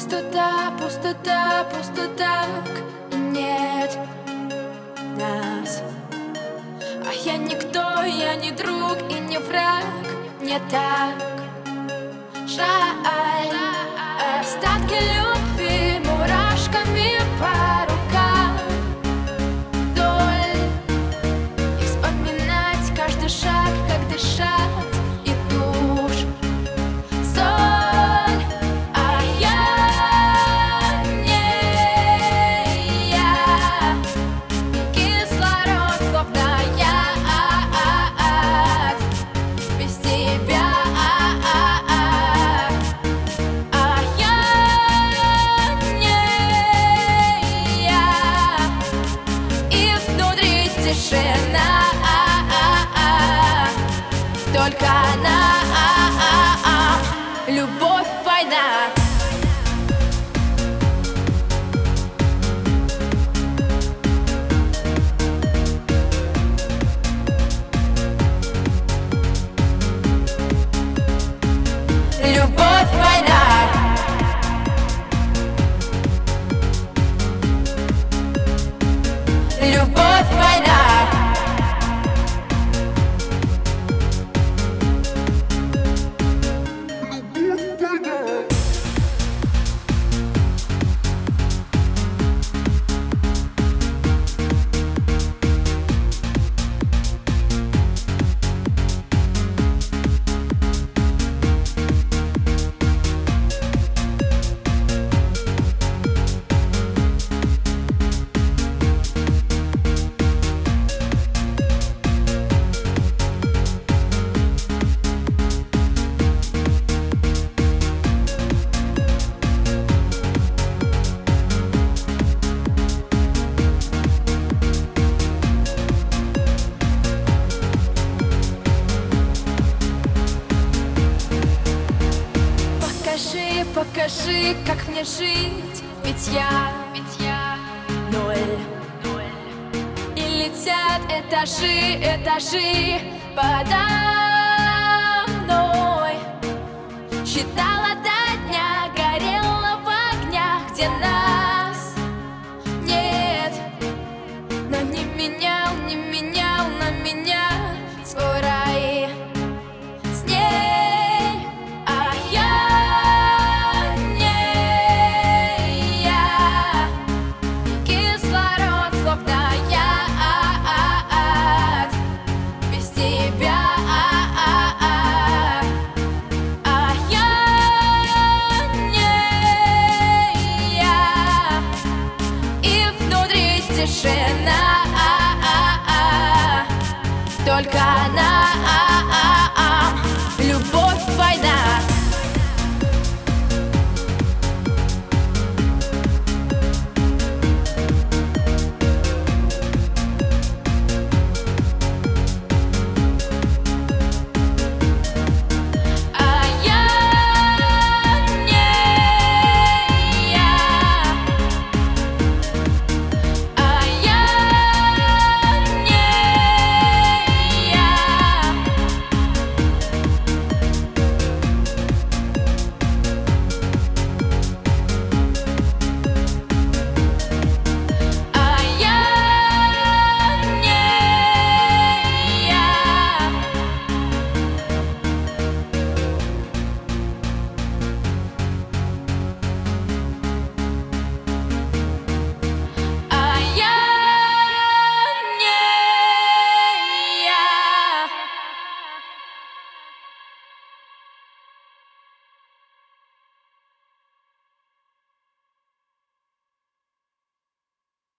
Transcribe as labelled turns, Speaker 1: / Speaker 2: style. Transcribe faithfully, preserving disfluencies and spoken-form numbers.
Speaker 1: Пустота, пустота, пустота, и нет нас. А я никто, я не друг и не враг. Мне так жаль. Остатки любви мурашками по рукам вдоль. И вспоминать каждый шаг, как дышать и тушь, соль. А я не я, кислород, словно я без тебя. Тишина, только она, любовь, война. Любовь, война. Любовь, война. Покажи, покажи, как мне жить, ведь я, ведь я ноль, ноль. И летят этажи, этажи подо мной. Считала до дня, горела в огнях, где нас нет. Но не менял, не менял на меня свой рай с ней. А я не я, кислород, словно я без тебя. А я не я, и внутри тишина, только она.